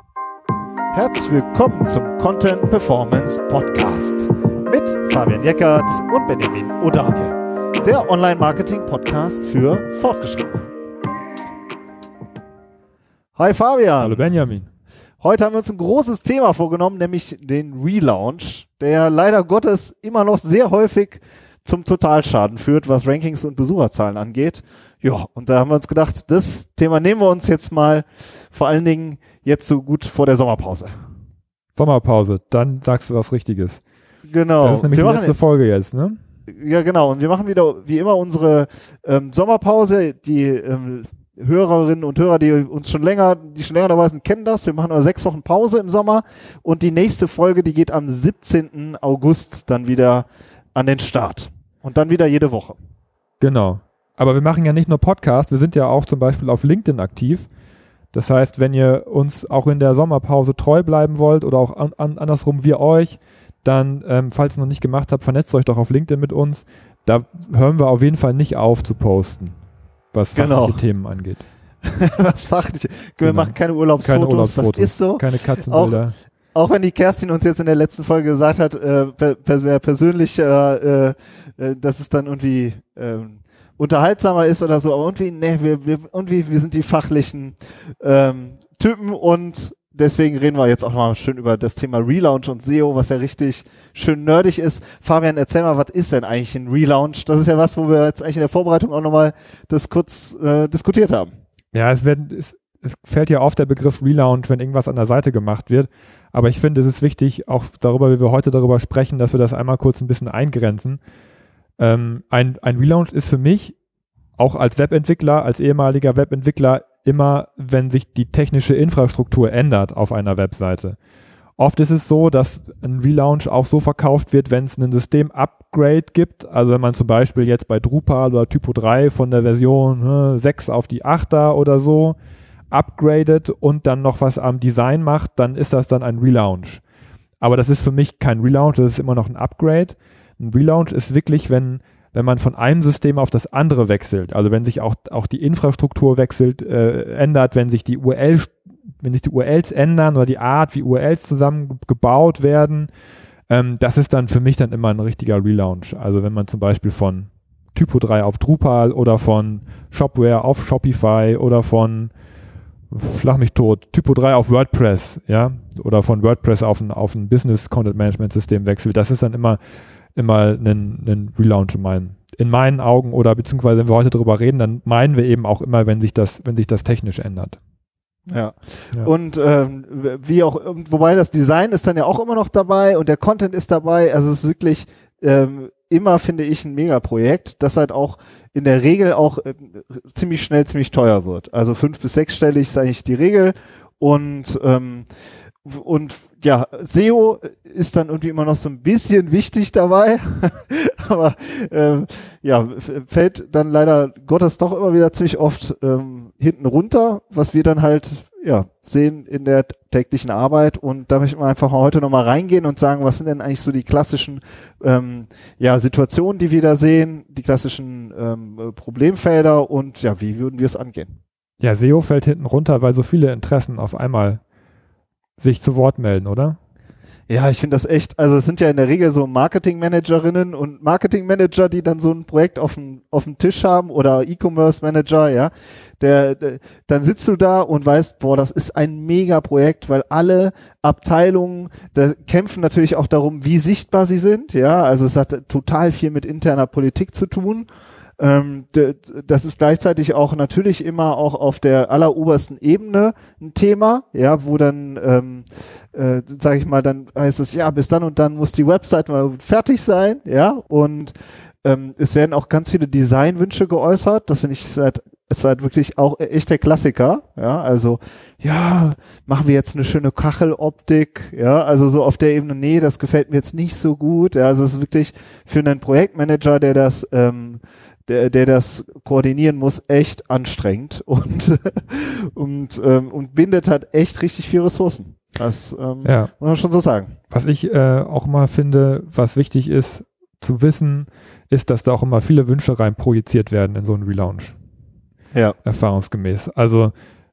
Herzlich willkommen zum Content Performance Podcast mit Fabian Jeckert und Benjamin O'Daniel, der Online-Marketing-Podcast für Fortgeschrittene. Hi Fabian. Hallo Benjamin. Heute haben wir uns ein großes Thema vorgenommen, nämlich den Relaunch, der leider Gottes immer noch sehr häufig zum Totalschaden führt, was Rankings und Besucherzahlen angeht. Ja, und da haben wir uns gedacht, das Thema nehmen wir uns jetzt mal vor allen Dingen jetzt so gut vor der Sommerpause. Sommerpause, dann sagst du was Richtiges. Genau. Das ist nämlich die letzte Folge jetzt, ne? Ja, genau. Und wir machen wieder wie immer unsere Sommerpause. Die Hörerinnen und Hörer, die schon länger dabei sind, kennen das. Wir machen aber 6 Wochen Pause im Sommer und die nächste Folge, die geht am 17. August dann wieder an den Start. Und dann wieder jede Woche. Genau. Aber wir machen ja nicht nur Podcast, wir sind ja auch zum Beispiel auf LinkedIn aktiv. Das heißt, wenn ihr uns auch in der Sommerpause treu bleiben wollt oder auch andersrum wir euch, dann, falls ihr es noch nicht gemacht habt, vernetzt euch doch auf LinkedIn mit uns. Da hören wir auf jeden Fall nicht auf zu posten, was fachliche Themen angeht. Was fachliche? Wir machen keine Urlaubsfotos, das ist so. Keine Katzenbilder. Auch wenn die Kerstin uns jetzt in der letzten Folge gesagt hat, persönlich, dass es dann irgendwie unterhaltsamer ist oder so, aber irgendwie, wir sind die fachlichen Typen und deswegen reden wir jetzt auch mal schön über das Thema Relaunch und SEO, was ja richtig schön nerdig ist. Fabian, erzähl mal, was ist denn eigentlich ein Relaunch? Das ist ja was, wo wir jetzt eigentlich in der Vorbereitung auch nochmal das kurz diskutiert haben. Ja, es fällt ja auf der Begriff Relaunch, wenn irgendwas an der Seite gemacht wird, aber ich finde, es ist wichtig, auch darüber, wie wir heute darüber sprechen, dass wir das einmal kurz ein bisschen eingrenzen. Ein Relaunch ist für mich auch als Webentwickler, als ehemaliger Webentwickler immer, wenn sich die technische Infrastruktur ändert auf einer Webseite. Oft ist es so, dass ein Relaunch auch so verkauft wird, wenn es ein System-Upgrade gibt. Also wenn man zum Beispiel jetzt bei Drupal oder Typo 3 von der Version 6 auf die 8er oder so upgradet und dann noch was am Design macht, dann ist das dann ein Relaunch. Aber das ist für mich kein Relaunch, das ist immer noch ein Upgrade. Ein Relaunch ist wirklich, wenn man von einem System auf das andere wechselt, also wenn sich auch die Infrastruktur ändert, wenn sich die URLs ändern oder die Art, wie URLs zusammengebaut werden, das ist dann für mich dann immer ein richtiger Relaunch. Also wenn man zum Beispiel von Typo 3 auf Drupal oder von Shopware auf Shopify oder von Schlag mich tot, Typo 3 auf WordPress, ja, oder von WordPress auf ein Business Content Management System wechselt, das ist dann immer ein Relaunch in meinen Augen, oder beziehungsweise wenn wir heute darüber reden, dann meinen wir eben auch immer, wenn sich das technisch ändert. Ja. Und wobei das Design ist dann ja auch immer noch dabei und der Content ist dabei, also es ist wirklich immer, finde ich, ein Megaprojekt, das halt auch in der Regel auch ziemlich schnell ziemlich teuer wird. Also 5- bis 6-stellig ist eigentlich die Regel und ja, SEO ist dann irgendwie immer noch so ein bisschen wichtig dabei, aber ja, fällt dann leider Gottes doch immer wieder ziemlich oft hinten runter, was wir dann halt sehen in der täglichen Arbeit, und da möchten wir einfach heute nochmal reingehen und sagen, was sind denn eigentlich so die klassischen Situationen, die wir da sehen, die klassischen Problemfelder und ja, wie würden wir es angehen? Ja, SEO fällt hinten runter, weil so viele Interessen auf einmal sich zu Wort melden, oder? Ja, ich finde das echt, also es sind ja in der Regel so Marketingmanagerinnen und Marketingmanager, die dann so ein Projekt auf dem Tisch haben, oder E-Commerce-Manager, ja, dann sitzt du da und weißt, boah, das ist ein Mega-Projekt, weil alle Abteilungen da kämpfen natürlich auch darum, wie sichtbar sie sind, ja, also es hat total viel mit interner Politik zu tun. Das ist gleichzeitig auch natürlich immer auch auf der allerobersten Ebene ein Thema, ja, wo dann, sage ich mal, dann heißt es, ja, bis dann und dann muss die Website mal fertig sein, ja, und es werden auch ganz viele Designwünsche geäußert, das finde ich ist halt wirklich auch echt der Klassiker, ja, also, ja, machen wir jetzt eine schöne Kacheloptik, ja, also so auf der Ebene, nee, das gefällt mir jetzt nicht so gut, ja, also es ist wirklich für einen Projektmanager, der das koordinieren muss, echt anstrengend und bindet halt echt richtig viel Ressourcen. Das muss man schon so sagen. Was ich auch mal finde, was wichtig ist zu wissen, ist, dass da auch immer viele Wünsche rein projiziert werden in so einen Relaunch. Ja. Erfahrungsgemäß. Also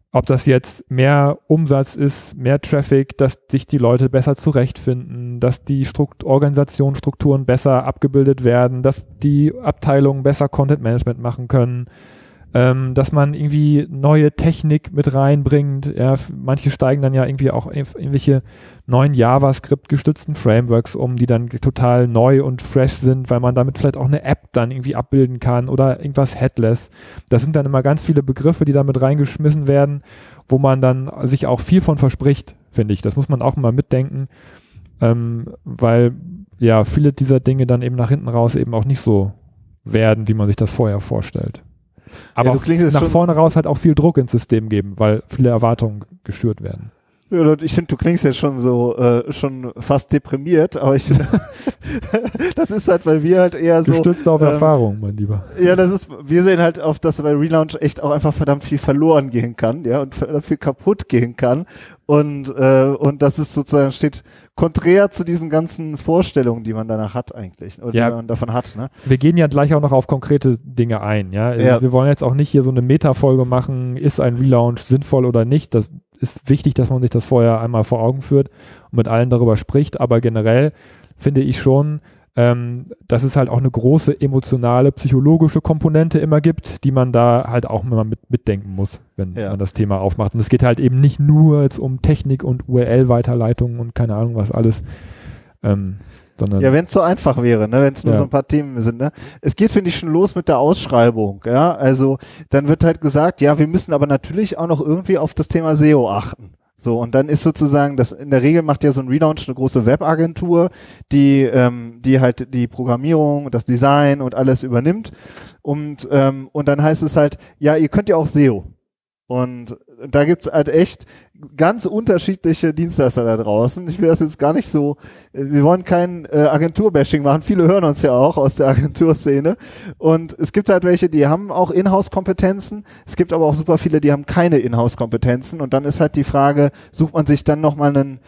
Ob das jetzt mehr Umsatz ist, mehr Traffic, dass sich die Leute besser zurechtfinden, dass die Organisationsstrukturen besser abgebildet werden, dass die Abteilungen besser Content Management machen können, dass man irgendwie neue Technik mit reinbringt. Ja, manche steigen dann ja irgendwie auch irgendwelche neuen JavaScript-gestützten Frameworks die dann total neu und fresh sind, weil man damit vielleicht auch eine App dann irgendwie abbilden kann oder irgendwas Headless. Das sind dann immer ganz viele Begriffe, die da mit reingeschmissen werden, wo man dann sich auch viel von verspricht, finde ich. Das muss man auch mal mitdenken, weil ja viele dieser Dinge dann eben nach hinten raus eben auch nicht so werden, wie man sich das vorher vorstellt. Aber nach vorne raus halt auch viel Druck ins System geben, weil viele Erwartungen geschürt werden. Ja, ich finde, du klingst jetzt schon so, schon fast deprimiert, aber ich finde, das ist halt, weil wir halt eher so. Gestützt auf Erfahrung, mein Lieber. Ja, wir sehen halt auf, dass bei Relaunch echt auch einfach verdammt viel verloren gehen kann, ja, und verdammt viel kaputt gehen kann. Und das ist sozusagen, steht konträr zu diesen ganzen Vorstellungen, die man danach hat eigentlich, oder die man davon hat, ne? Wir gehen ja gleich auch noch auf konkrete Dinge ein, ja. Wir wollen jetzt auch nicht hier so eine Meta-Folge machen, ist ein Relaunch sinnvoll oder nicht, das ist wichtig, dass man sich das vorher einmal vor Augen führt und mit allen darüber spricht, aber generell finde ich schon, dass es halt auch eine große emotionale, psychologische Komponente immer gibt, die man da halt auch immer mitdenken muss, wenn man das Thema aufmacht. Und es geht halt eben nicht nur jetzt um Technik und URL-Weiterleitungen und keine Ahnung was alles, sondern ja, wenn es so einfach wäre, ne, wenn es nur so ein paar Themen sind, ne. Es geht, finde ich, schon los mit der Ausschreibung, ja. Also dann wird halt gesagt, ja, wir müssen aber natürlich auch noch irgendwie auf das Thema SEO achten. So, und dann ist sozusagen, das in der Regel macht ja so ein Relaunch eine große Webagentur, die halt die Programmierung, das Design und alles übernimmt. Und dann heißt es halt, ja, ihr könnt ja auch SEO. Und da gibt's halt echt ganz unterschiedliche Dienstleister da draußen. Ich will das jetzt gar nicht so, wir wollen kein Agenturbashing machen. Viele hören uns ja auch aus der Agenturszene. Und es gibt halt welche, die haben auch Inhouse-Kompetenzen. Es gibt aber auch super viele, die haben keine Inhouse-Kompetenzen. Und dann ist halt die Frage, sucht man sich dann nochmal einen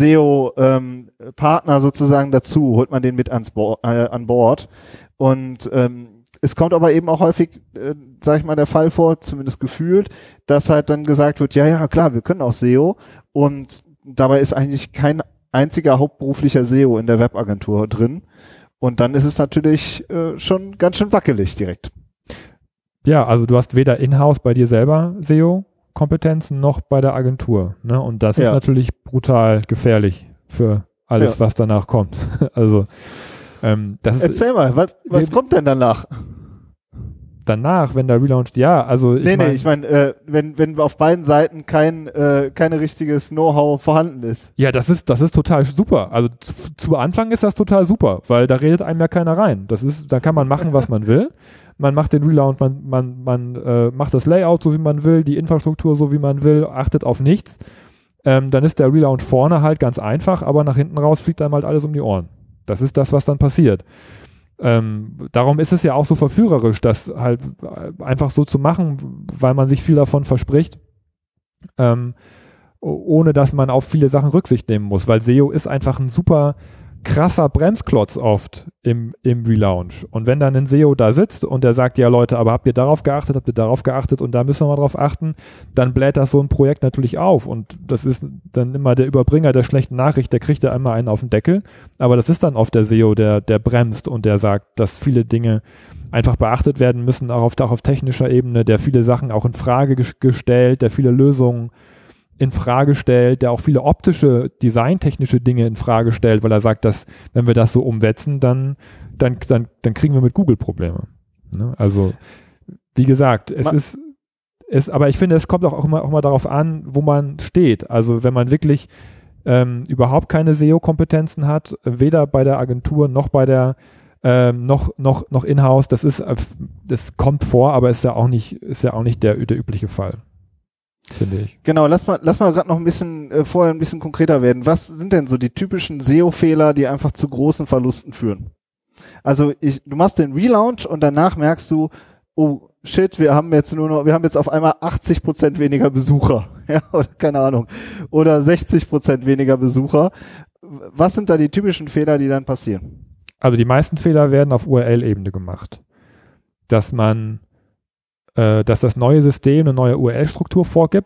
SEO-Partner sozusagen dazu? Holt man den mit an Bord? Und es kommt aber eben auch häufig, sag ich mal, der Fall vor, zumindest gefühlt, dass halt dann gesagt wird, ja, klar, wir können auch SEO, und dabei ist eigentlich kein einziger hauptberuflicher SEO in der Webagentur drin, und dann ist es natürlich schon ganz schön wackelig direkt. Ja, also du hast weder in-house bei dir selber SEO-Kompetenzen noch bei der Agentur, ne? Und das ist natürlich brutal gefährlich für alles, was danach kommt. Also erzähl mal, was kommt denn danach? Danach, wenn der Relaunch, ich meine, wenn auf beiden Seiten keine richtiges Know-how vorhanden ist. Ja, das ist total super. Also zu Anfang ist das total super, weil da redet einem ja keiner rein. Da kann man machen, was man will. Man macht den Relaunch, man macht das Layout so, wie man will, die Infrastruktur so, wie man will, achtet auf nichts. Dann ist der Relaunch vorne halt ganz einfach, aber nach hinten raus fliegt einem halt alles um die Ohren. Das ist das, was dann passiert. Darum ist es ja auch so verführerisch, das halt einfach so zu machen, weil man sich viel davon verspricht, ohne dass man auf viele Sachen Rücksicht nehmen muss, weil SEO ist einfach ein super krasser Bremsklotz oft im Relaunch. Und wenn dann ein SEO da sitzt und der sagt, ja Leute, aber habt ihr darauf geachtet und da müssen wir mal drauf achten, dann bläht das so ein Projekt natürlich auf, und das ist dann immer der Überbringer der schlechten Nachricht, der kriegt ja einmal einen auf den Deckel, aber das ist dann oft der SEO, der bremst und der sagt, dass viele Dinge einfach beachtet werden müssen, auch auf technischer Ebene, der viele Sachen auch in Frage gestellt, der viele Lösungen in Frage stellt, der auch viele optische, designtechnische Dinge in Frage stellt, weil er sagt, dass wenn wir das so umsetzen, dann kriegen wir mit Google Probleme. Ne? Also wie gesagt, aber ich finde, es kommt auch immer darauf an, wo man steht. Also wenn man wirklich überhaupt keine SEO-Kompetenzen hat, weder bei der Agentur noch bei der noch in-house, das kommt vor, aber ist ja auch nicht der übliche Fall. Finde ich. Genau, lass mal gerade noch ein bisschen vorher ein bisschen konkreter werden. Was sind denn so die typischen SEO-Fehler, die einfach zu großen Verlusten führen? Also du machst den Relaunch und danach merkst du, oh shit, wir haben jetzt auf einmal 80% weniger Besucher, ja, oder keine Ahnung, oder 60% weniger Besucher. Was sind da die typischen Fehler, die dann passieren? Also die meisten Fehler werden auf URL-Ebene gemacht. Dass das neue System eine neue URL-Struktur vorgibt,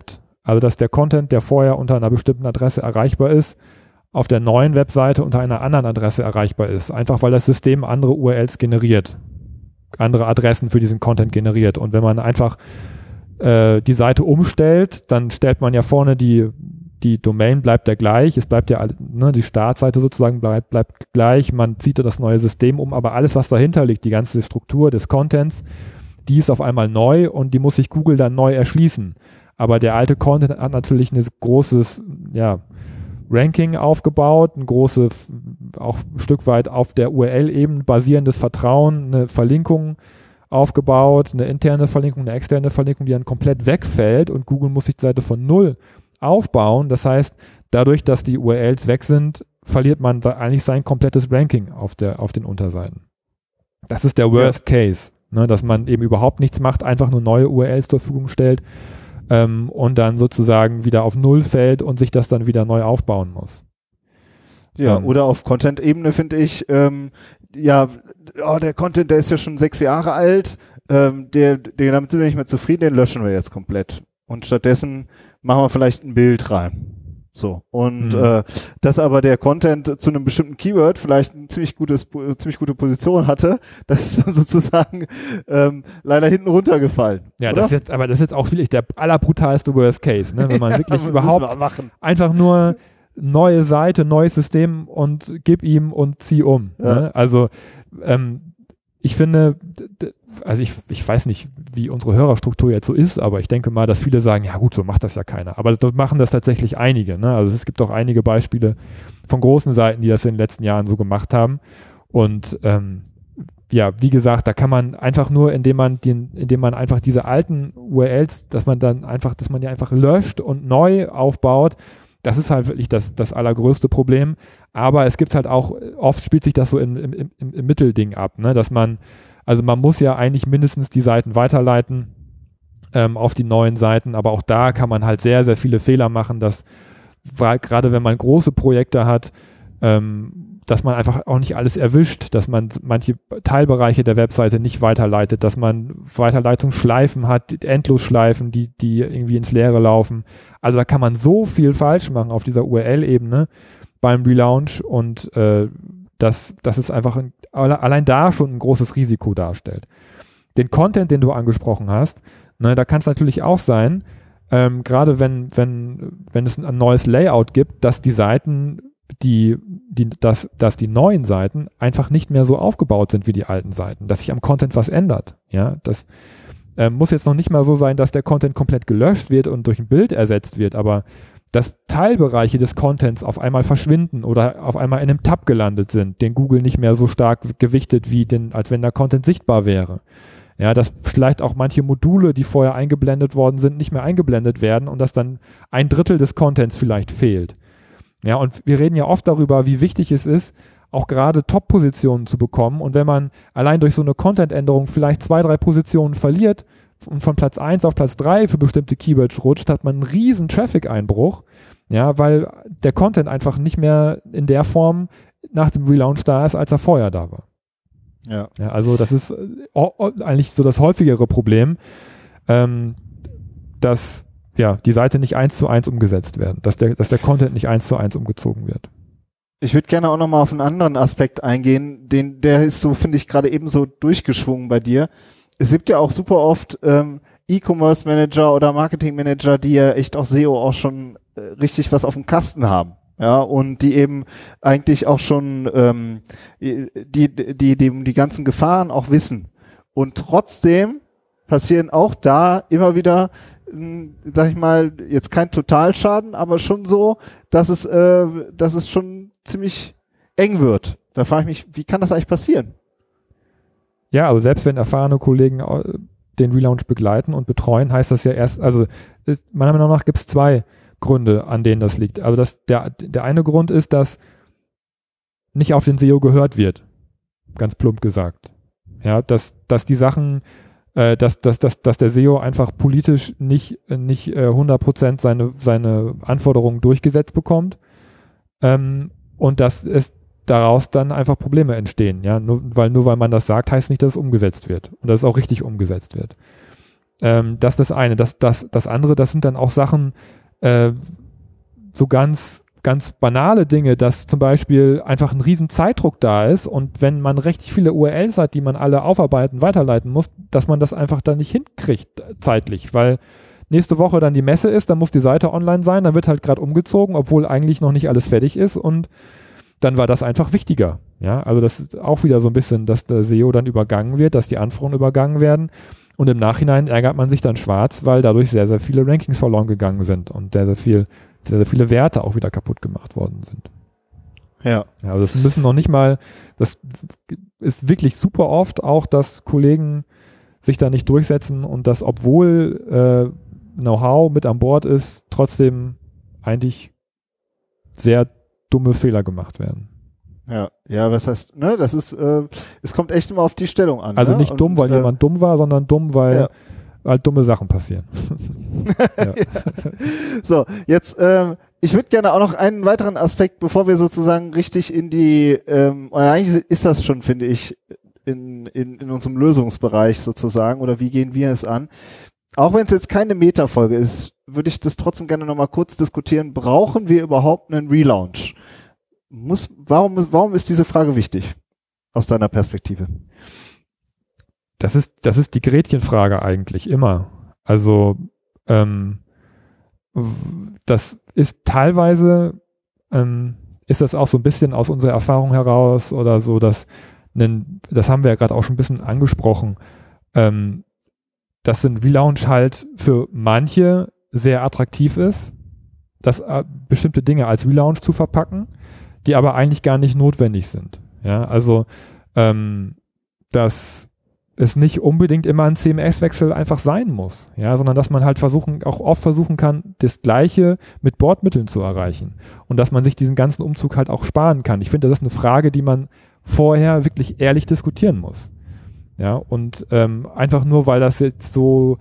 Also dass der Content, der vorher unter einer bestimmten Adresse erreichbar ist, auf der neuen Webseite unter einer anderen Adresse erreichbar ist. Einfach weil das System andere URLs generiert, andere Adressen für diesen Content generiert. Und wenn man einfach die Seite umstellt, dann stellt man ja vorne die Domain bleibt ja gleich, es bleibt ja, ne, die Startseite sozusagen bleibt gleich, man zieht das neue System um, aber alles, was dahinter liegt, die ganze Struktur des Contents, die ist auf einmal neu und die muss sich Google dann neu erschließen. Aber der alte Content hat natürlich ein großes, Ranking aufgebaut, ein großes, auch ein Stück weit auf der URL-Ebene basierendes Vertrauen, eine Verlinkung aufgebaut, eine interne Verlinkung, eine externe Verlinkung, die dann komplett wegfällt und Google muss sich die Seite von null aufbauen. Das heißt, dadurch, dass die URLs weg sind, verliert man da eigentlich sein komplettes Ranking auf den Unterseiten. Das ist der Worst Case, ne, dass man eben überhaupt nichts macht, einfach nur neue URLs zur Verfügung stellt und dann sozusagen wieder auf Null fällt und sich das dann wieder neu aufbauen muss. Ja, oder auf Content-Ebene finde ich, der Content, der ist ja schon 6 Jahre alt, damit sind wir nicht mehr zufrieden, den löschen wir jetzt komplett. Und stattdessen machen wir vielleicht ein Bild rein. So. Und dass aber der Content zu einem bestimmten Keyword vielleicht eine ziemlich gute Position hatte, das ist dann sozusagen leider hinten runtergefallen. Ja, das ist jetzt auch wirklich der allerbrutalste Worst Case, ne? Wenn man wirklich überhaupt einfach nur neue Seite, neues System und gib ihm und zieh um. Ja. Ne? Also ich finde, also ich weiß nicht, wie unsere Hörerstruktur jetzt so ist, aber ich denke mal, dass viele sagen, ja gut, so macht das ja keiner. Aber das machen das tatsächlich einige. Ne? Also es gibt auch einige Beispiele von großen Seiten, die das in den letzten Jahren so gemacht haben. Und wie gesagt, da kann man einfach nur, indem man einfach diese alten URLs, dass man die einfach löscht und neu aufbaut. Das ist halt wirklich das allergrößte Problem. Aber es gibt halt auch, oft spielt sich das so im Mittelding ab, ne? Dass man muss ja eigentlich mindestens die Seiten weiterleiten auf die neuen Seiten, aber auch da kann man halt sehr, sehr viele Fehler machen, gerade wenn man große Projekte hat, dass man einfach auch nicht alles erwischt, dass man manche Teilbereiche der Webseite nicht weiterleitet, dass man Weiterleitungsschleifen hat, Endlosschleifen, die irgendwie ins Leere laufen. Also da kann man so viel falsch machen auf dieser URL-Ebene beim Relaunch und dass es einfach allein da schon ein großes Risiko darstellt. Den Content, den du angesprochen hast, ne, da kann es natürlich auch sein, gerade wenn es ein neues Layout gibt, dass die Seiten, dass die neuen Seiten einfach nicht mehr so aufgebaut sind wie die alten Seiten, dass sich am Content was ändert. Ja, das muss jetzt noch nicht mal so sein, dass der Content komplett gelöscht wird und durch ein Bild ersetzt wird, aber dass Teilbereiche des Contents auf einmal verschwinden oder auf einmal in einem Tab gelandet sind, den Google nicht mehr so stark gewichtet, als wenn der Content sichtbar wäre. Ja, dass vielleicht auch manche Module, die vorher eingeblendet worden sind, nicht mehr eingeblendet werden und dass dann 1/3 des Contents vielleicht fehlt. Ja, und wir reden ja oft darüber, wie wichtig es ist, auch gerade Top-Positionen zu bekommen. Und wenn man allein durch so eine Content-Änderung vielleicht 2-3 Positionen verliert und von Platz 1 auf Platz 3 für bestimmte Keywords rutscht, hat man einen riesen Traffic-Einbruch, ja, weil der Content einfach nicht mehr in der Form nach dem Relaunch da ist, als er vorher da war. Ja. Ja, also das ist eigentlich so das häufigere Problem, dass die Seite nicht 1:1 umgesetzt werden, dass der Content nicht 1:1 umgezogen wird. Ich würde gerne auch nochmal auf einen anderen Aspekt eingehen, der ist so, finde ich, gerade eben so durchgeschwungen bei dir. Es gibt ja auch super oft E-Commerce Manager oder Marketing Manager, die ja echt auch SEO auch schon richtig was auf dem Kasten haben. Ja, und die eben eigentlich auch schon die ganzen Gefahren auch wissen. Und trotzdem passieren auch da immer wieder, sag ich mal, jetzt kein Totalschaden, aber schon so, dass es schon ziemlich eng wird. Da frage ich mich, wie kann das eigentlich passieren? Ja, also selbst wenn erfahrene Kollegen den Relaunch begleiten und betreuen, heißt das ja erst, also meiner Meinung nach gibt es 2 Gründe, an denen das liegt. Also der eine Grund ist, dass nicht auf den SEO gehört wird, ganz plump gesagt. Ja, dass die Sachen, dass der SEO einfach politisch nicht 100% seine Anforderungen durchgesetzt bekommt und dass es daraus dann einfach Probleme entstehen. Ja, nur weil man das sagt, heißt nicht, dass es umgesetzt wird und dass es auch richtig umgesetzt wird. Das ist das eine. Das andere, das sind dann auch Sachen, so ganz banale Dinge, dass zum Beispiel einfach ein riesen Zeitdruck da ist und wenn man richtig viele URLs hat, die man alle aufarbeiten, weiterleiten muss, dass man das einfach dann nicht hinkriegt zeitlich, weil nächste Woche dann die Messe ist, dann muss die Seite online sein, dann wird halt gerade umgezogen, obwohl eigentlich noch nicht alles fertig ist und dann war das einfach wichtiger. Ja, also das ist auch wieder so ein bisschen, dass der SEO dann übergangen wird, dass die Anforderungen übergangen werden und im Nachhinein ärgert man sich dann schwarz, weil dadurch sehr, sehr viele Rankings verloren gegangen sind und sehr, sehr viele Werte auch wieder kaputt gemacht worden sind. Ja. Also das müssen noch nicht mal, das ist wirklich super oft auch, dass Kollegen sich da nicht durchsetzen und dass, obwohl Know-how mit an Bord ist, trotzdem eigentlich sehr dumme Fehler gemacht werden. Ja, was heißt, ne, das ist, es kommt echt immer auf die Stellung an. Also ne? nicht dumm, weil jemand dumm war, sondern dumm, weil halt dumme Sachen passieren. Ja. So, jetzt, ich würde gerne auch noch einen weiteren Aspekt, bevor wir sozusagen richtig in die, eigentlich ist das schon, finde ich, in unserem Lösungsbereich sozusagen, oder wie gehen wir es an? Auch wenn es jetzt keine Meta-Folge ist, würde ich das trotzdem gerne nochmal kurz diskutieren. Brauchen wir überhaupt einen Relaunch? Warum ist diese Frage wichtig aus deiner Perspektive? Das ist die Gretchenfrage eigentlich immer. Also das ist teilweise ist das auch so ein bisschen aus unserer Erfahrung heraus oder so, dass das haben wir ja gerade auch schon ein bisschen angesprochen, dass ein Relaunch halt für manche sehr attraktiv ist, dass bestimmte Dinge als Relaunch zu verpacken, die aber eigentlich gar nicht notwendig sind. Ja, also dass es nicht unbedingt immer ein CMS-Wechsel einfach sein muss, ja, sondern dass man halt auch oft versuchen kann, das Gleiche mit Bordmitteln zu erreichen und dass man sich diesen ganzen Umzug halt auch sparen kann. Ich finde, das ist eine Frage, die man vorher wirklich ehrlich diskutieren muss. Ja, und einfach nur, weil das jetzt so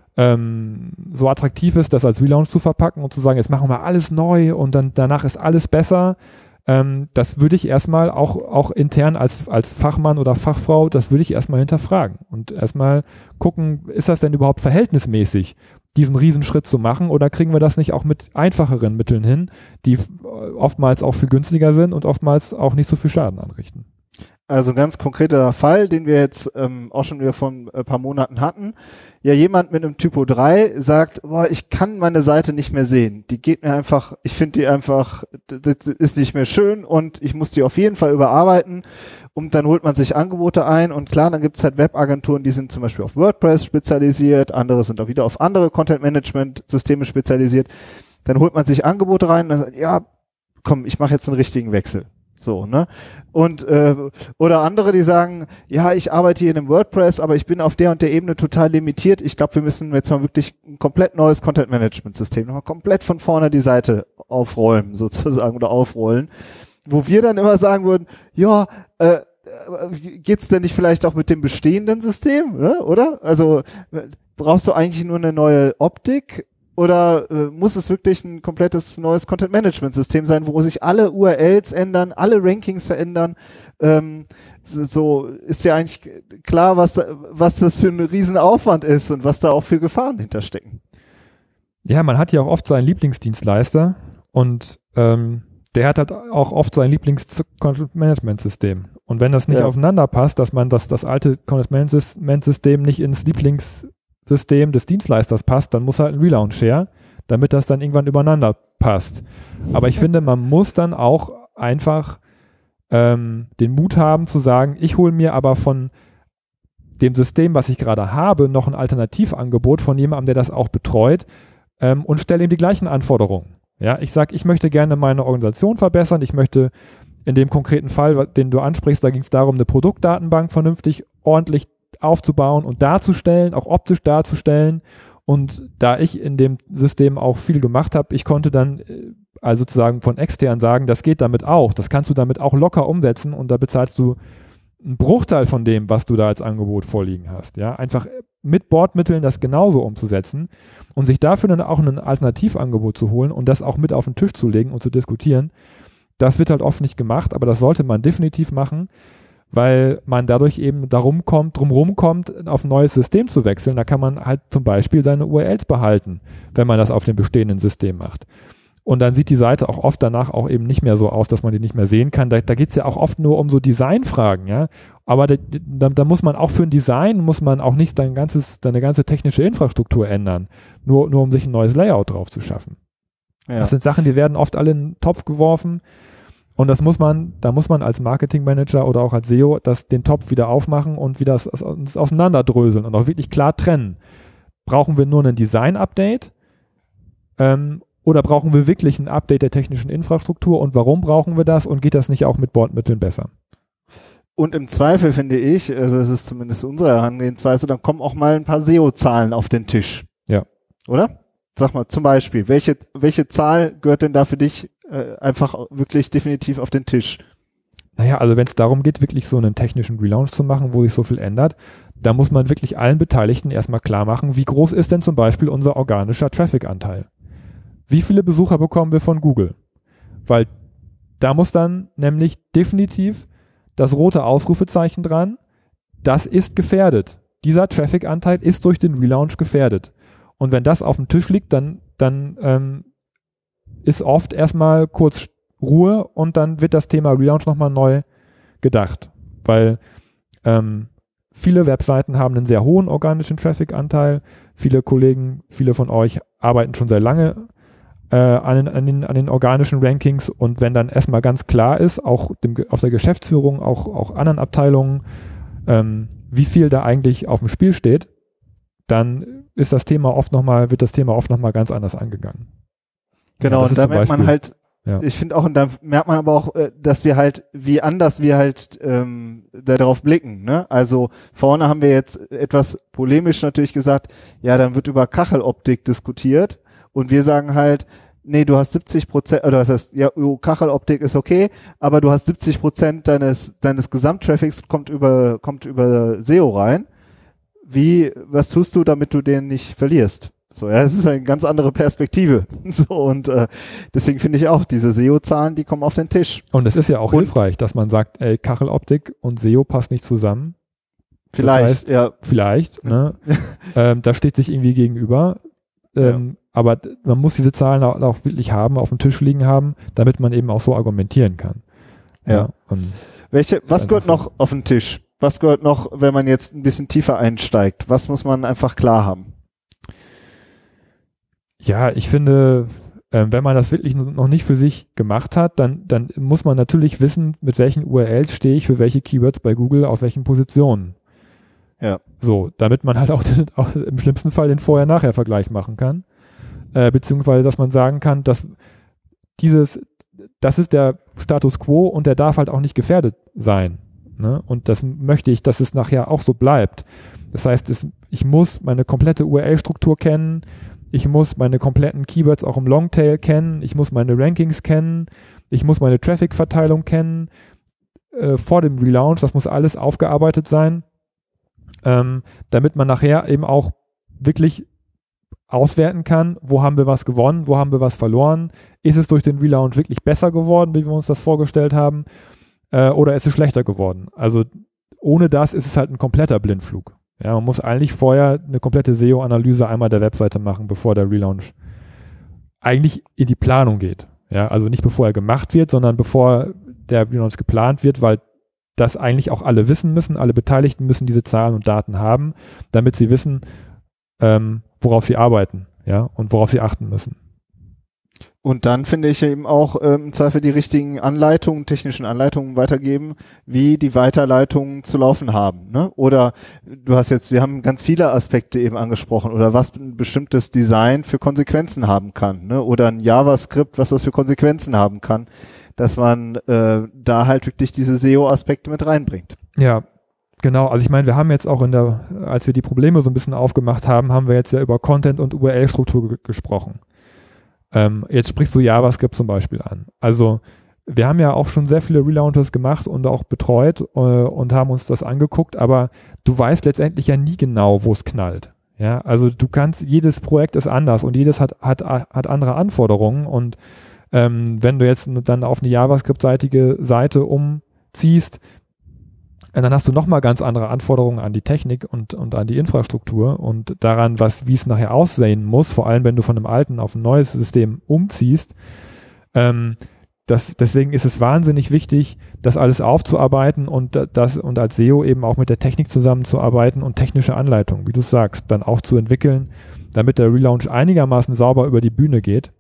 attraktiv ist, das als Relaunch zu verpacken und zu sagen, jetzt machen wir alles neu und dann danach ist alles besser. Das würde ich erstmal auch intern als Fachmann oder Fachfrau, das würde ich erstmal hinterfragen und erstmal gucken, ist das denn überhaupt verhältnismäßig, diesen Riesenschritt zu machen oder kriegen wir das nicht auch mit einfacheren Mitteln hin, die oftmals auch viel günstiger sind und oftmals auch nicht so viel Schaden anrichten. Also ein ganz konkreter Fall, den wir jetzt auch schon wieder vor ein paar Monaten hatten. Ja, jemand mit einem Typo 3 sagt, boah, ich kann meine Seite nicht mehr sehen. Die geht mir einfach, ich finde die einfach, das ist nicht mehr schön und ich muss die auf jeden Fall überarbeiten. Und dann holt man sich Angebote ein und klar, dann gibt's halt Webagenturen, die sind zum Beispiel auf WordPress spezialisiert, andere sind auch wieder auf andere Content-Management-Systeme spezialisiert. Dann holt man sich Angebote rein und dann sagt, ja, komm, ich mache jetzt einen richtigen Wechsel. So, ne? Und oder andere, die sagen, ja, ich arbeite hier in einem WordPress, aber ich bin auf der und der Ebene total limitiert. Ich glaube, wir müssen jetzt mal wirklich ein komplett neues Content-Management-System, nochmal komplett von vorne die Seite aufräumen, sozusagen, oder aufrollen. Wo wir dann immer sagen würden, ja, geht's denn nicht vielleicht auch mit dem bestehenden System, ne? Oder? Also brauchst du eigentlich nur eine neue Optik? Oder muss es wirklich ein komplettes neues Content-Management-System sein, wo sich alle URLs ändern, alle Rankings verändern? So ist ja eigentlich klar, was das für ein Riesenaufwand ist und was da auch für Gefahren hinterstecken. Ja, man hat ja auch oft seinen Lieblingsdienstleister und der hat halt auch oft sein Lieblings-Content-Management-System. Und wenn das nicht aufeinander passt, dass man das alte Content-Management-System nicht ins Lieblingssystem des Dienstleisters passt, dann muss halt ein Relaunch her, damit das dann irgendwann übereinander passt. Aber ich finde, man muss dann auch einfach den Mut haben zu sagen, ich hole mir aber von dem System, was ich gerade habe, noch ein Alternativangebot von jemandem, der das auch betreut und stelle ihm die gleichen Anforderungen. Ja, ich sage, ich möchte gerne meine Organisation verbessern, ich möchte in dem konkreten Fall, den du ansprichst, da ging es darum, eine Produktdatenbank vernünftig, ordentlich aufzubauen und darzustellen, auch optisch darzustellen. Und da ich in dem System auch viel gemacht habe, ich konnte dann also sozusagen von extern sagen, das geht damit auch, das kannst du damit auch locker umsetzen und da bezahlst du einen Bruchteil von dem, was du da als Angebot vorliegen hast. Ja, einfach mit Bordmitteln das genauso umzusetzen und sich dafür dann auch ein Alternativangebot zu holen und das auch mit auf den Tisch zu legen und zu diskutieren. Das wird halt oft nicht gemacht, aber das sollte man definitiv machen, weil man dadurch eben drumherum kommt, auf ein neues System zu wechseln. Da kann man halt zum Beispiel seine URLs behalten, wenn man das auf dem bestehenden System macht. Und dann sieht die Seite auch oft danach auch eben nicht mehr so aus, dass man die nicht mehr sehen kann. Da geht es ja auch oft nur um so Designfragen, ja. Aber da muss man auch für ein Design, muss man auch nicht deine ganze technische Infrastruktur ändern, nur um sich ein neues Layout drauf zu schaffen. Ja. Das sind Sachen, die werden oft alle in den Topf geworfen. Und da muss man als Marketingmanager oder auch als SEO den Topf wieder aufmachen und wieder auseinanderdröseln und auch wirklich klar trennen. Brauchen wir nur ein Design-Update? Oder brauchen wir wirklich ein Update der technischen Infrastruktur und warum brauchen wir das und geht das nicht auch mit Bordmitteln besser? Und im Zweifel finde ich, also das ist zumindest unsere Herangehensweise, dann kommen auch mal ein paar SEO-Zahlen auf den Tisch. Ja. Oder? Sag mal zum Beispiel, welche Zahl gehört denn da für dich einfach wirklich definitiv auf den Tisch? Naja, also wenn es darum geht, wirklich so einen technischen Relaunch zu machen, wo sich so viel ändert, da muss man wirklich allen Beteiligten erstmal klar machen, wie groß ist denn zum Beispiel unser organischer Traffic-Anteil? Wie viele Besucher bekommen wir von Google? Weil da muss dann nämlich definitiv das rote Ausrufezeichen dran, das ist gefährdet. Dieser Traffic-Anteil ist durch den Relaunch gefährdet. Und wenn das auf dem Tisch liegt, dann ist oft erstmal kurz Ruhe und dann wird das Thema Relaunch nochmal neu gedacht. Weil viele Webseiten haben einen sehr hohen organischen Traffic-Anteil. Viele Kollegen, viele von euch arbeiten schon sehr lange an den organischen Rankings und wenn dann erstmal ganz klar ist, auch auf der Geschäftsführung, auch anderen Abteilungen, wie viel da eigentlich auf dem Spiel steht, dann wird das Thema oft nochmal ganz anders angegangen. Genau, und da merkt man halt, ich finde auch, und da merkt man aber auch, dass wir halt, wie anders wir halt darauf blicken, ne? Also vorne haben wir jetzt etwas polemisch natürlich gesagt, ja, dann wird über Kacheloptik diskutiert. Und wir sagen halt, nee, du hast 70%, oder was heißt, ja, Kacheloptik ist okay, aber du hast 70% deines Gesamttraffics kommt über SEO rein. Was tust du, damit du den nicht verlierst? So, ja, es ist eine ganz andere Perspektive. So, und deswegen finde ich auch, diese SEO-Zahlen, die kommen auf den Tisch. Und es ist ja auch hilfreich, dass man sagt, ey, Kacheloptik und SEO passt nicht zusammen. Vielleicht, das heißt, ja. Vielleicht, ne? Da steht sich irgendwie gegenüber. Aber man muss diese Zahlen auch wirklich auf dem Tisch liegen haben, damit man eben auch so argumentieren kann. Ja. Was gehört noch auf den Tisch? Was gehört noch, wenn man jetzt ein bisschen tiefer einsteigt? Was muss man einfach klar haben? Ja, ich finde, wenn man das wirklich noch nicht für sich gemacht hat, dann muss man natürlich wissen, mit welchen URLs stehe ich für welche Keywords bei Google auf welchen Positionen. Ja. So, damit man halt auch im schlimmsten Fall den Vorher-Nachher-Vergleich machen kann. Beziehungsweise, dass man sagen kann, dass das ist der Status quo und der darf halt auch nicht gefährdet sein. Ne? Und das möchte ich, dass es nachher auch so bleibt. Das heißt, ich muss meine komplette URL-Struktur kennen, ich muss meine kompletten Keywords auch im Longtail kennen, ich muss meine Rankings kennen, ich muss meine Traffic-Verteilung kennen, vor dem Relaunch, das muss alles aufgearbeitet sein. Damit man nachher eben auch wirklich auswerten kann, wo haben wir was gewonnen, wo haben wir was verloren, ist es durch den Relaunch wirklich besser geworden, wie wir uns das vorgestellt haben, oder ist es schlechter geworden. Also ohne das ist es halt ein kompletter Blindflug. Ja, man muss eigentlich vorher eine komplette SEO-Analyse einmal der Webseite machen, bevor der Relaunch eigentlich in die Planung geht. Ja, also nicht bevor er gemacht wird, sondern bevor der Relaunch geplant wird, weil das eigentlich auch alle wissen müssen, alle Beteiligten müssen diese Zahlen und Daten haben, damit sie wissen, worauf sie arbeiten, ja, und worauf sie achten müssen. Und dann finde ich eben auch im Zweifel die richtigen technischen Anleitungen weitergeben, wie die Weiterleitungen zu laufen haben, ne? Oder wir haben ganz viele Aspekte eben angesprochen, oder was ein bestimmtes Design für Konsequenzen haben kann, ne? Oder ein JavaScript, was das für Konsequenzen haben kann, dass man da halt wirklich diese SEO-Aspekte mit reinbringt. Ja, genau. Also ich meine, wir haben jetzt auch als wir die Probleme so ein bisschen aufgemacht haben, haben wir jetzt ja über Content und URL-Struktur gesprochen. Jetzt sprichst du JavaScript zum Beispiel an. Also wir haben ja auch schon sehr viele Relaunches gemacht und auch betreut und haben uns das angeguckt, aber du weißt letztendlich ja nie genau, wo es knallt. Ja, also jedes Projekt ist anders und jedes hat andere Anforderungen und wenn du jetzt dann auf eine JavaScript-seitige Seite umziehst, dann hast du nochmal ganz andere Anforderungen an die Technik und an die Infrastruktur und daran, wie es nachher aussehen muss, vor allem wenn du von einem alten auf ein neues System umziehst. Deswegen ist es wahnsinnig wichtig, das alles aufzuarbeiten und als SEO eben auch mit der Technik zusammenzuarbeiten und technische Anleitungen, wie du sagst, dann auch zu entwickeln, damit der Relaunch einigermaßen sauber über die Bühne geht.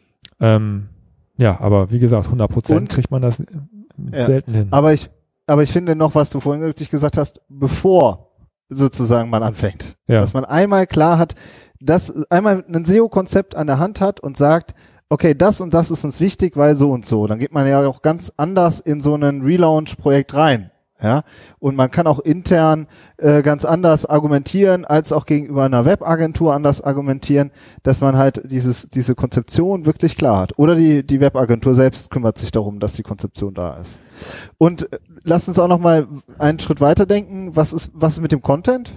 Aber wie gesagt, 100% kriegt man das selten hin. Aber ich finde noch, was du vorhin richtig gesagt hast, bevor sozusagen man anfängt, dass man einmal klar hat, dass einmal ein SEO-Konzept an der Hand hat und sagt, okay, das und das ist uns wichtig, weil so und so. Dann geht man ja auch ganz anders in so ein Relaunch-Projekt rein. Ja, und man kann auch intern ganz anders argumentieren, als auch gegenüber einer Webagentur anders argumentieren, dass man halt diese Konzeption wirklich klar hat. Oder die Webagentur selbst kümmert sich darum, dass die Konzeption da ist. Und lasst uns auch noch mal einen Schritt weiter denken. Was ist mit dem Content?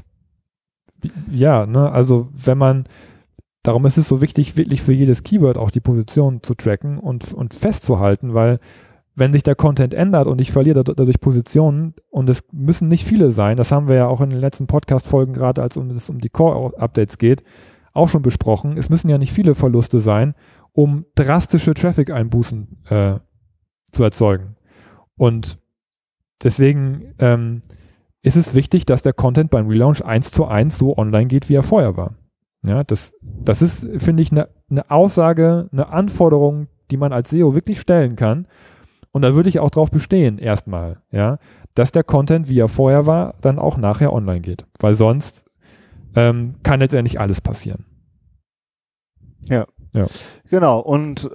Ja, also darum ist es so wichtig, wirklich für jedes Keyword auch die Position zu tracken und festzuhalten, weil wenn sich der Content ändert und ich verliere dadurch Positionen, und es müssen nicht viele sein, das haben wir ja auch in den letzten Podcast-Folgen, gerade als es um die Core-Updates geht, auch schon besprochen, es müssen ja nicht viele Verluste sein, um drastische Traffic-Einbußen zu erzeugen. Und deswegen ist es wichtig, dass der Content beim Relaunch 1:1 so online geht, wie er vorher war. Ja, das ist, finde ich, eine Aussage, eine Anforderung, die man als SEO wirklich stellen kann. Und da würde ich auch drauf bestehen, erstmal, ja, dass der Content, wie er vorher war, dann auch nachher online geht. Weil sonst kann letztendlich alles passieren. Ja. Genau. Und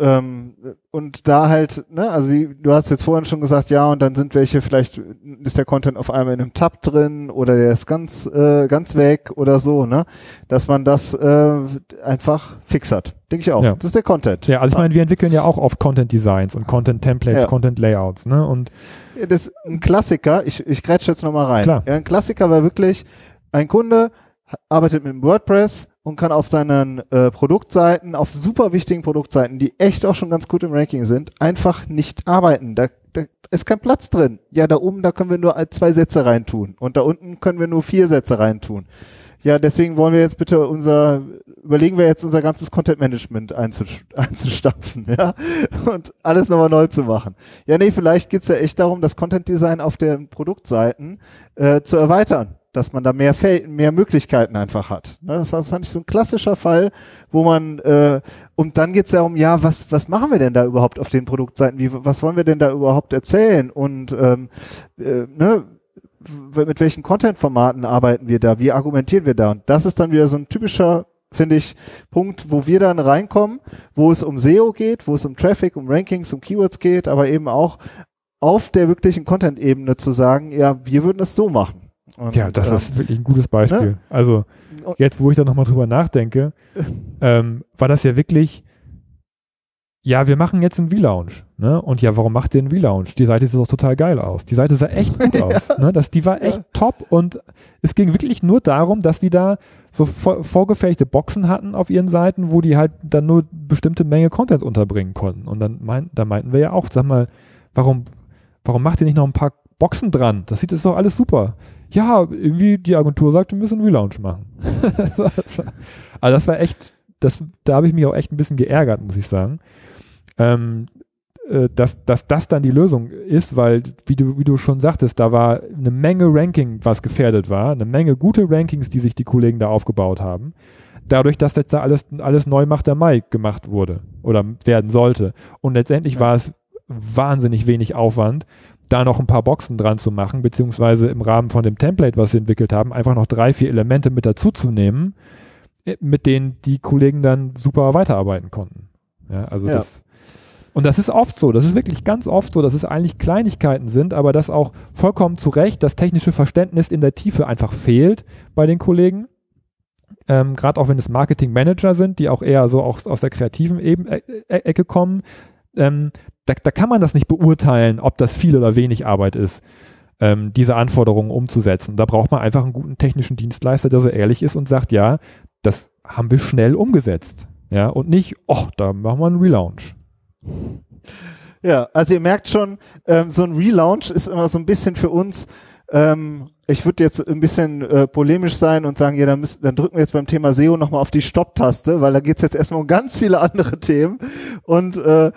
da halt, ne, also du hast jetzt vorhin schon gesagt, ja, und dann sind vielleicht ist der Content auf einmal in einem Tab drin oder der ist ganz weg oder so, ne, dass man das einfach fix hat. Denke ich auch. Ja. Das ist der Content. Ja, also ich meine, wir entwickeln ja auch oft Content Designs und Content Templates, Content Layouts, ne, und das ist ein Klassiker, ich grätsche jetzt nochmal rein. Klar. Ja, ein Klassiker war wirklich, ein Kunde arbeitet mit WordPress und kann auf seinen Produktseiten, auf super wichtigen Produktseiten, die echt auch schon ganz gut im Ranking sind, einfach nicht arbeiten. Da ist kein Platz drin. Ja, da oben, da können wir nur 2 Sätze reintun und da unten können wir nur 4 Sätze reintun. Ja, deswegen wollen wir jetzt bitte überlegen wir jetzt unser ganzes Content-Management einzustampfen, ja, und alles nochmal neu zu machen. Ja, nee, vielleicht geht's ja echt darum, das Content-Design auf den Produktseiten zu erweitern, dass man da mehr Möglichkeiten einfach hat. Ne, das fand ich so ein klassischer Fall, wo man, und dann geht's darum, ja, was machen wir denn da überhaupt auf den Produktseiten? Was wollen wir denn da überhaupt erzählen? Und mit welchen Content-Formaten arbeiten wir da? Wie argumentieren wir da? Und das ist dann wieder so ein typischer, finde ich, Punkt, wo wir dann reinkommen, wo es um SEO geht, wo es um Traffic, um Rankings, um Keywords geht, aber eben auch auf der wirklichen Content-Ebene zu sagen, ja, wir würden es so machen. Und, ja, das ist wirklich ein gutes Beispiel. Ne? Also jetzt, wo ich da nochmal drüber nachdenke, war das ja wirklich, ja, wir machen jetzt einen Relaunch. Ne? Und ja, warum macht ihr einen Relaunch? Die Seite sieht doch total geil aus. Die Seite sah echt gut aus. Ne? Die war echt top und es ging wirklich nur darum, dass die da so vorgefertigte Boxen hatten auf ihren Seiten, wo die halt dann nur bestimmte Menge Content unterbringen konnten. Und dann meinten wir ja auch, sag mal, warum macht ihr nicht noch ein paar Boxen dran? Das ist doch alles super. Ja, irgendwie die Agentur sagt, wir müssen einen Relaunch machen. Also das war echt, da habe ich mich auch echt ein bisschen geärgert, muss ich sagen. Dass das dann die Lösung ist, weil, wie du schon sagtest, da war eine Menge Ranking, was gefährdet war, eine Menge gute Rankings, die sich die Kollegen da aufgebaut haben. Dadurch, dass jetzt da alles neu macht der Mai gemacht wurde oder werden sollte. Und letztendlich war es wahnsinnig wenig Aufwand, da noch ein paar Boxen dran zu machen, beziehungsweise im Rahmen von dem Template, was wir entwickelt haben, einfach noch 3, 4 Elemente mit dazu zu nehmen, mit denen die Kollegen dann super weiterarbeiten konnten. Ja, also und das ist oft so, das ist wirklich ganz oft so, dass es eigentlich Kleinigkeiten sind, aber dass auch vollkommen zu Recht das technische Verständnis in der Tiefe einfach fehlt bei den Kollegen. Gerade auch wenn es Marketing-Manager sind, die auch eher so auch aus der kreativen Ecke kommen. Da kann man das nicht beurteilen, ob das viel oder wenig Arbeit ist, diese Anforderungen umzusetzen. Da braucht man einfach einen guten technischen Dienstleister, der so ehrlich ist und sagt, ja, das haben wir schnell umgesetzt. Ja, und nicht, da machen wir einen Relaunch. Ja, also ihr merkt schon, so ein Relaunch ist immer so ein bisschen für uns Ich würde jetzt ein bisschen polemisch sein und sagen, ja, dann drücken wir jetzt beim Thema SEO nochmal auf die Stopp-Taste, weil da geht's jetzt erstmal um ganz viele andere Themen. Und der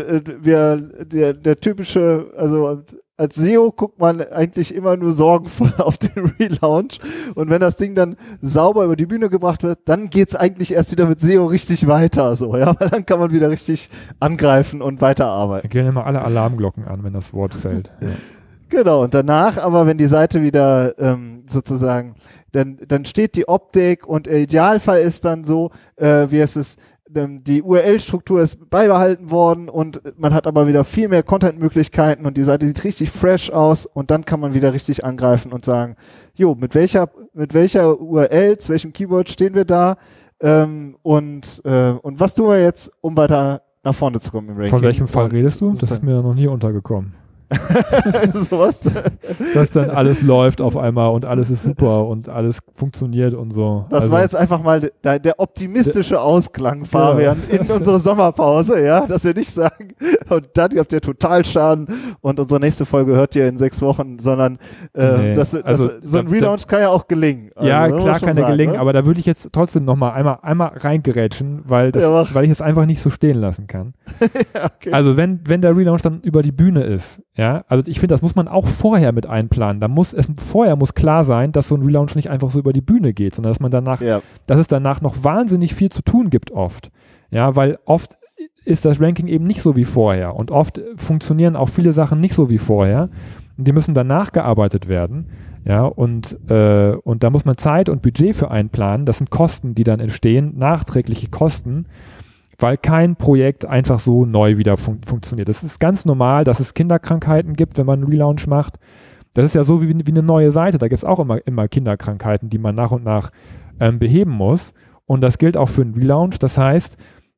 typische, also als SEO guckt man eigentlich immer nur sorgenvoll auf den Relaunch. Und wenn das Ding dann sauber über die Bühne gebracht wird, dann geht's eigentlich erst wieder mit SEO richtig weiter, so, ja, weil dann kann man wieder richtig angreifen und weiterarbeiten. Da gehen immer alle Alarmglocken an, wenn das Wort fällt. Ja. Genau, und danach aber, wenn die Seite wieder sozusagen, dann steht die Optik und der Idealfall ist dann so, die URL-Struktur ist beibehalten worden und man hat aber wieder viel mehr Content-Möglichkeiten und die Seite sieht richtig fresh aus und dann kann man wieder richtig angreifen und sagen, jo, mit welcher URL, zu welchem Keyword stehen wir da und was tun wir jetzt, um weiter nach vorne zu kommen im Ranking. Von welchem Fall redest du? Das ist mir noch nie untergekommen. Sowas. Dass dann alles läuft auf einmal und alles ist super und alles funktioniert und so. Das war jetzt einfach mal der optimistische Ausklang, Fabian, in unserer Sommerpause, ja, dass wir nicht sagen, und dann habt ihr total Schaden und unsere nächste Folge hört ihr in 6 Wochen, sondern so ein Relaunch kann ja auch gelingen. Also, ja, klar kann der gelingen, ne? Aber da würde ich jetzt trotzdem nochmal einmal reingerätschen, weil ich es einfach nicht so stehen lassen kann. Ja, okay. Also wenn der Relaunch dann über die Bühne ist, ja, also ich finde, das muss man auch vorher mit einplanen. Vorher muss klar sein, dass so ein Relaunch nicht einfach so über die Bühne geht, sondern dass es danach noch wahnsinnig viel zu tun gibt oft. Ja, weil oft ist das Ranking eben nicht so wie vorher und oft funktionieren auch viele Sachen nicht so wie vorher. Und die müssen dann nachgearbeitet werden. Ja, und da muss man Zeit und Budget für einplanen. Das sind Kosten, die dann entstehen, nachträgliche Kosten, weil kein Projekt einfach so neu wieder funktioniert. Das ist ganz normal, dass es Kinderkrankheiten gibt, wenn man einen Relaunch macht. Das ist ja so wie eine neue Seite. Da gibt es auch immer Kinderkrankheiten, die man nach und nach beheben muss. Und das gilt auch für einen Relaunch. Das heißt,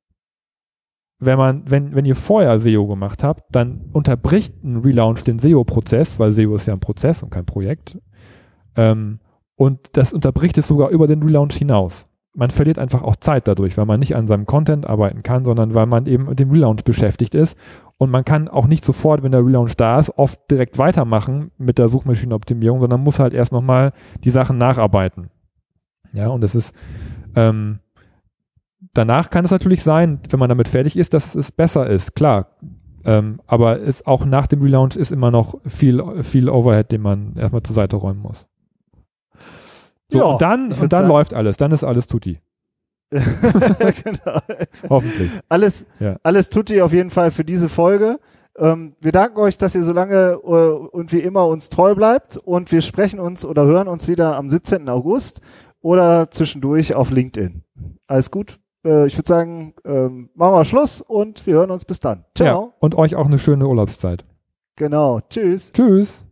wenn ihr vorher SEO gemacht habt, dann unterbricht ein Relaunch den SEO-Prozess, weil SEO ist ja ein Prozess und kein Projekt. Und das unterbricht es sogar über den Relaunch hinaus. Man verliert einfach auch Zeit dadurch, weil man nicht an seinem Content arbeiten kann, sondern weil man eben mit dem Relaunch beschäftigt ist. Und man kann auch nicht sofort, wenn der Relaunch da ist, oft direkt weitermachen mit der Suchmaschinenoptimierung, sondern muss halt erst nochmal die Sachen nacharbeiten. Ja, und es ist, danach kann es natürlich sein, wenn man damit fertig ist, dass es besser ist, klar. Aber auch nach dem Relaunch ist immer noch viel Overhead, den man erstmal zur Seite räumen muss. So, ja, und dann läuft alles, dann ist alles tutti. Genau. Hoffentlich. Alles tutti auf jeden Fall für diese Folge. Wir danken euch, dass ihr so lange und wie immer uns treu bleibt und wir sprechen uns oder hören uns wieder am 17. August oder zwischendurch auf LinkedIn. Alles gut. Ich würde sagen, machen wir Schluss und wir hören uns bis dann. Ciao. Ja, und euch auch eine schöne Urlaubszeit. Genau. Tschüss. Tschüss.